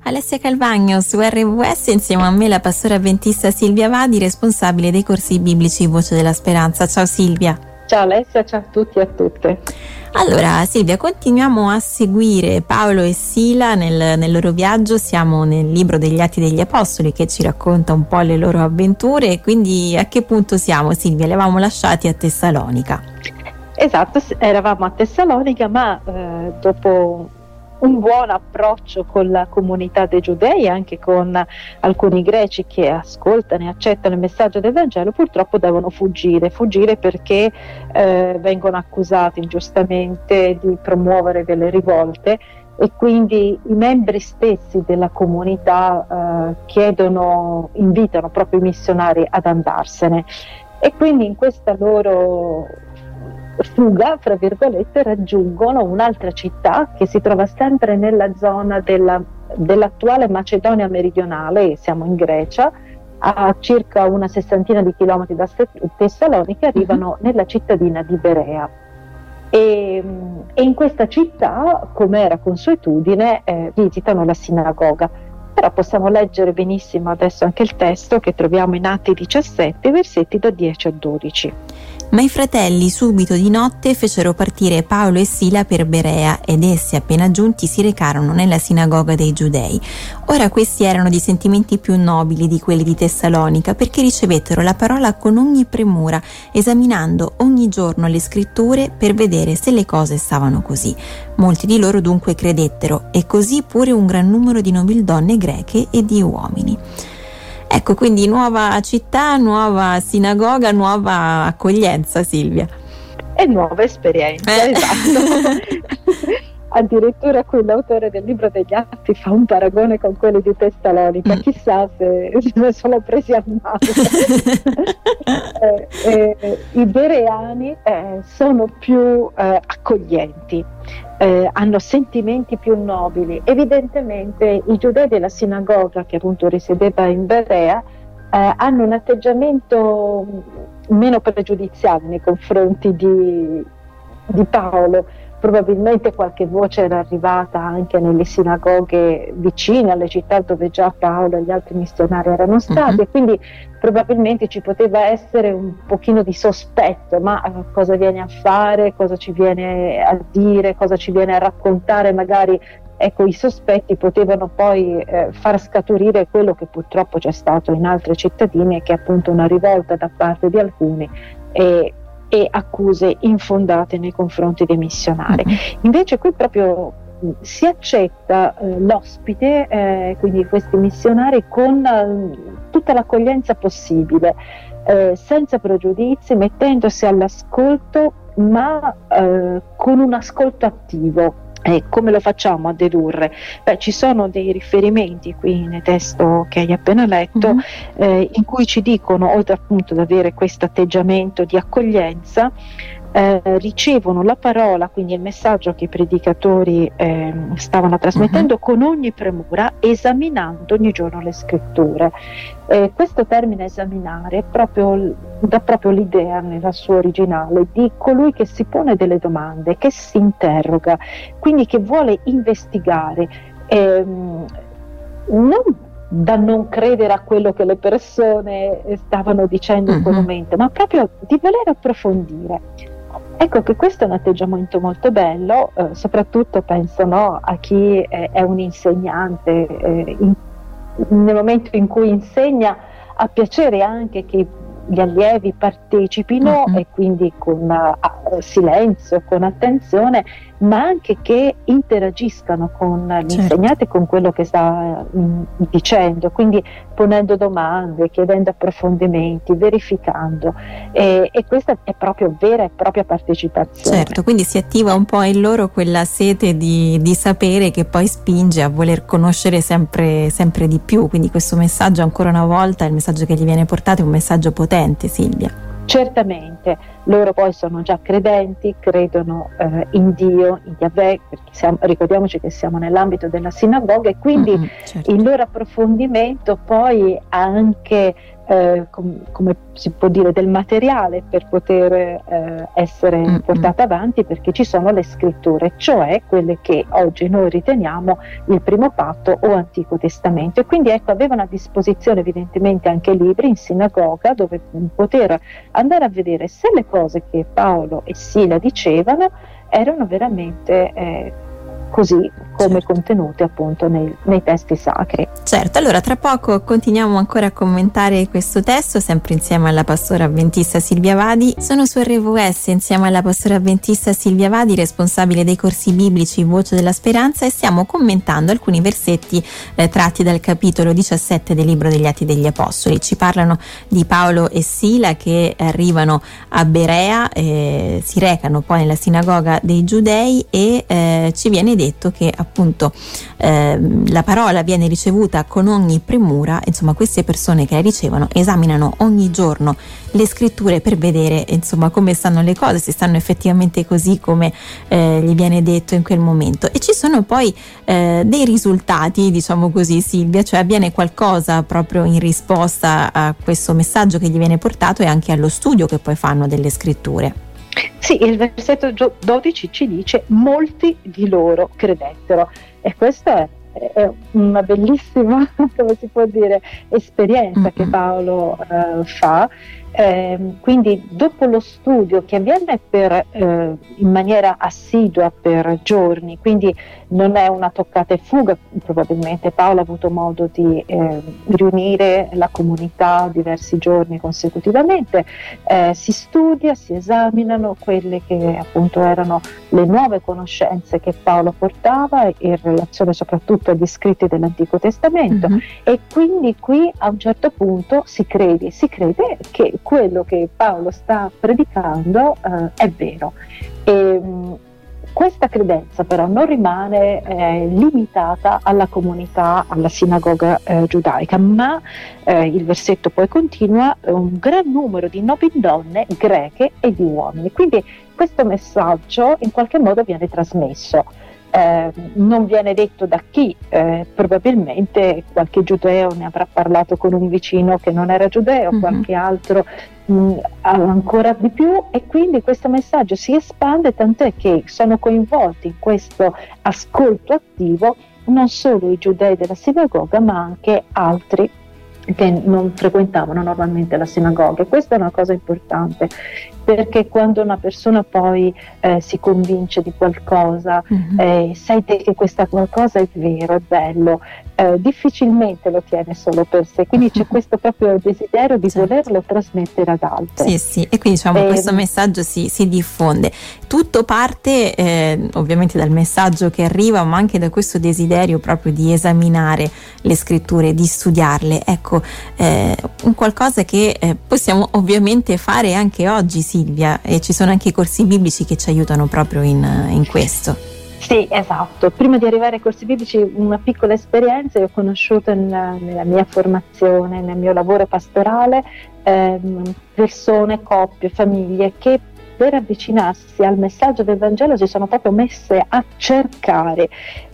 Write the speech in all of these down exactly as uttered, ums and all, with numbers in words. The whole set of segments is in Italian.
Alessia Calvagno su R W S, insieme a me la pastora avventista Silvia Vadi, responsabile dei corsi biblici Voce della Speranza. Ciao Silvia. Ciao Alessia, ciao a tutti e a tutte. Allora Silvia, continuiamo a seguire Paolo e Sila nel, nel loro viaggio. Siamo nel libro degli Atti degli Apostoli che ci racconta un po' le loro avventure, quindi a che punto siamo, Silvia? Li avevamo lasciati a Tessalonica. Esatto, eravamo a Tessalonica, ma eh, dopo un buon approccio con la comunità dei giudei, anche con alcuni greci che ascoltano e accettano il messaggio del Vangelo, purtroppo devono fuggire, fuggire perché eh, vengono accusati ingiustamente di promuovere delle rivolte, e quindi i membri stessi della comunità eh, chiedono, invitano proprio i missionari ad andarsene, e quindi in questa loro fuga, fra virgolette, raggiungono un'altra città che si trova sempre nella zona della, dell'attuale Macedonia meridionale. Siamo in Grecia, a circa una sessantina di chilometri da Tessalonica, arrivano uh-huh. nella cittadina di Berea, e, e in questa città, come era consuetudine, eh, visitano la sinagoga. Però possiamo leggere benissimo adesso anche il testo che troviamo in Atti diciassette, versetti da dieci a dodici. Ma i fratelli subito di notte fecero partire Paolo e Sila per Berea, ed essi appena giunti si recarono nella sinagoga dei Giudei. Ora questi erano di sentimenti più nobili di quelli di Tessalonica, perché ricevettero la parola con ogni premura, esaminando ogni giorno le scritture per vedere se le cose stavano così. Molti di loro dunque credettero, e così pure un gran numero di nobildonne greche e di uomini. Ecco, quindi nuova città, nuova sinagoga, nuova accoglienza, Silvia. E nuova esperienza, eh. Esatto. Addirittura qui l'autore del libro degli Atti fa un paragone con quelli di Tessalonica, mm. chissà se ne sono presi a mano. eh, eh, I bereani eh, sono più eh, accoglienti, eh, hanno sentimenti più nobili. Evidentemente i giudei della sinagoga, che appunto risiedeva in Berea, eh, hanno un atteggiamento meno pregiudiziale nei confronti di, di Paolo. Probabilmente qualche voce era arrivata anche nelle sinagoghe vicine alle città dove già Paolo e gli altri missionari erano stati, uh-huh. e quindi probabilmente ci poteva essere un pochino di sospetto, ma eh, cosa viene a fare, cosa ci viene a dire, cosa ci viene a raccontare. Magari ecco, i sospetti potevano poi eh, far scaturire quello che purtroppo c'è stato in altre cittadine, che è appunto una rivolta da parte di alcuni e e accuse infondate nei confronti dei missionari. Mm-hmm. Invece qui proprio si accetta eh, l'ospite, eh, quindi questi missionari, con eh, tutta l'accoglienza possibile, eh, senza pregiudizi, mettendosi all'ascolto, ma eh, con un ascolto attivo. E come lo facciamo a dedurre? Beh, ci sono dei riferimenti qui nel testo che hai appena letto, mm-hmm. eh, in cui ci dicono, oltre appunto ad avere questo atteggiamento di accoglienza, eh, ricevono la parola, quindi il messaggio che i predicatori eh, stavano trasmettendo, mm-hmm. con ogni premura, esaminando ogni giorno le scritture. Eh, questo termine esaminare proprio, dà proprio l'idea nella sua originale di colui che si pone delle domande, che si interroga, quindi che vuole investigare, ehm, non da non credere a quello che le persone stavano dicendo in quel uh-huh. momento, ma proprio di voler approfondire. Ecco che questo è un atteggiamento molto bello, eh, soprattutto penso no, a chi è, è un insegnante, eh, in, nel momento in cui insegna, ha piacere anche che gli allievi partecipino, uh-huh. e quindi con uh, silenzio, con attenzione, ma anche che interagiscano con l'insegnante, certo. con quello che sta um, dicendo, quindi ponendo domande, chiedendo approfondimenti, verificando, e, e questa è proprio vera e propria partecipazione. Certo, quindi si attiva un po' in loro quella sete di, di sapere che poi spinge a voler conoscere sempre, sempre di più, quindi questo messaggio, ancora una volta, il messaggio che gli viene portato è un messaggio potente, Silvia. Certamente, loro poi sono già credenti, credono eh, in Dio, in Yahweh, perché siamo, ricordiamoci che siamo nell'ambito della sinagoga, e quindi mm-hmm, certo. il loro approfondimento poi ha anche eh, com- come si può dire, del materiale per poter eh, essere mm-hmm. portata avanti, perché ci sono le scritture, cioè quelle che oggi noi riteniamo il primo patto o Antico Testamento. E quindi ecco, avevano a disposizione evidentemente anche libri in sinagoga dove poter andare a vedere se le cose che Paolo e Sila dicevano erano veramente eh, così come certo. contenute appunto nei, nei testi sacri. Certo, allora tra poco continuiamo ancora a commentare questo testo, sempre insieme alla pastora avventista Silvia Vadi. Sono su R V S insieme alla pastora avventista Silvia Vadi, responsabile dei corsi biblici Voce della Speranza, e stiamo commentando alcuni versetti eh, tratti dal capitolo diciassette del libro degli Atti degli Apostoli. Ci parlano di Paolo e Sila che arrivano a Berea, eh, si recano poi nella sinagoga dei Giudei e eh, ci viene detto che appunto eh, la parola viene ricevuta con ogni premura. Insomma, queste persone che la ricevono esaminano ogni giorno le scritture per vedere insomma come stanno le cose, se stanno effettivamente così come eh, gli viene detto in quel momento. E ci sono poi eh, dei risultati, diciamo così, Silvia, cioè avviene qualcosa proprio in risposta a questo messaggio che gli viene portato e anche allo studio che poi fanno delle scritture. Sì, il versetto dodici ci dice: molti di loro credettero, e questa è, è una bellissima, come si può dire, esperienza mm-hmm. che Paolo eh, fa. Eh, quindi dopo lo studio che avviene per, eh, in maniera assidua per giorni, quindi non è una toccata e fuga, probabilmente Paolo ha avuto modo di eh, riunire la comunità diversi giorni consecutivamente, eh, si studia, si esaminano quelle che appunto erano le nuove conoscenze che Paolo portava in relazione soprattutto agli scritti dell'Antico Testamento, mm-hmm. e quindi qui a un certo punto si crede, si crede che quello che Paolo sta predicando eh, è vero. E, mh, questa credenza però non rimane eh, limitata alla comunità, alla sinagoga eh, giudaica, ma eh, il versetto poi continua: un gran numero di nobili donne greche e di uomini. Quindi questo messaggio in qualche modo viene trasmesso. Eh, non viene detto da chi, eh, probabilmente qualche giudeo ne avrà parlato con un vicino che non era giudeo, mm-hmm. qualche altro mh, ancora di più, e quindi questo messaggio si espande, tant'è che sono coinvolti in questo ascolto attivo non solo i giudei della sinagoga ma anche altri che non frequentavano normalmente la sinagoga. Questa è una cosa importante, perché quando una persona poi eh, si convince di qualcosa, mm-hmm. eh, sai te che questa qualcosa è vero, è bello, eh, difficilmente lo tiene solo per sé, quindi c'è questo proprio desiderio di certo. volerlo trasmettere ad altri. Sì, sì, e quindi diciamo eh, questo messaggio si, si diffonde. Tutto parte eh, ovviamente dal messaggio che arriva, ma anche da questo desiderio proprio di esaminare le scritture, di studiarle. Ecco, eh, un qualcosa che eh, possiamo ovviamente fare anche oggi, Silvia, e ci sono anche i corsi biblici che ci aiutano proprio in, in questo. Sì, esatto. Prima di arrivare ai corsi biblici, una piccola esperienza. Io ho conosciuto nella, nella mia formazione, nel mio lavoro pastorale, ehm, persone, coppie, famiglie che per avvicinarsi al messaggio del Vangelo si sono proprio messe a cercare,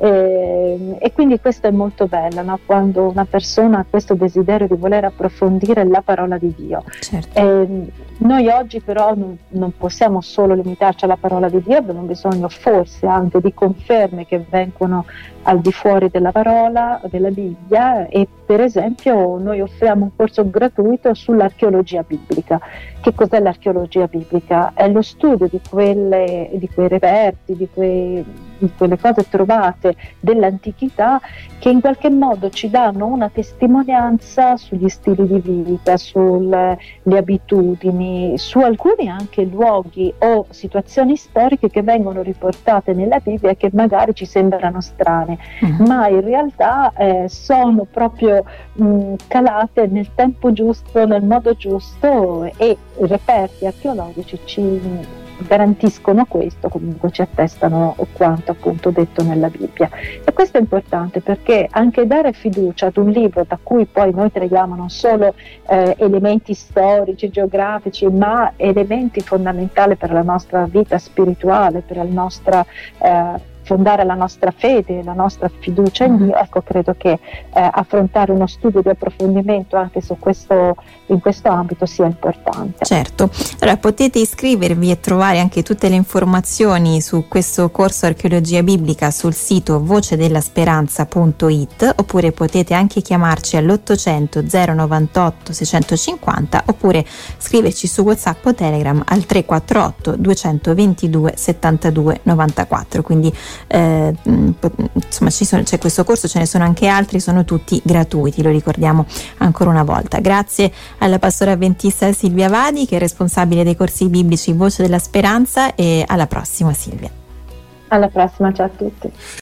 eh, e quindi questo è molto bello, no? Quando una persona ha questo desiderio di voler approfondire la parola di Dio. Certo. Eh, noi oggi però non, non possiamo solo limitarci alla parola di Dio, abbiamo bisogno forse anche di conferme che vengono al di fuori della parola, della Bibbia, e per esempio noi offriamo un corso gratuito sull'archeologia biblica. Che cos'è l'archeologia biblica? È lo studio di, quelle, di quei reperti, di, quei, di quelle cose trovate dell'antichità che in qualche modo ci danno una testimonianza sugli stili di vita, sulle abitudini, su alcuni anche luoghi o situazioni storiche che vengono riportate nella Bibbia e che magari ci sembrano strane, mm. ma in realtà eh, sono proprio mh, calate nel tempo giusto, nel modo giusto, e i reperti archeologici ci garantiscono questo, comunque ci attestano quanto appunto detto nella Bibbia. E questo è importante, perché anche dare fiducia ad un libro da cui poi noi traiamo non solo eh, elementi storici, geografici, ma elementi fondamentali per la nostra vita spirituale, per la nostra eh, fondare la nostra fede, la nostra fiducia in Dio, ecco, credo che eh, affrontare uno studio di approfondimento anche su questo, in questo ambito sia importante. Certo, allora potete iscrivervi e trovare anche tutte le informazioni su questo corso Archeologia Biblica sul sito voce della speranza punto it, oppure potete anche chiamarci all'ottocento zero novantotto seicentocinquanta, oppure scriverci su WhatsApp o Telegram al tre quattro otto duecentoventidue settantadue novantaquattro. Quindi eh, insomma ci sono, c'è questo corso, ce ne sono anche altri, sono tutti gratuiti, lo ricordiamo ancora una volta. Grazie alla pastora avventista Silvia Vadi, che è responsabile dei corsi biblici Voce della Speranza, e alla prossima, Silvia. Alla prossima, ciao a tutti.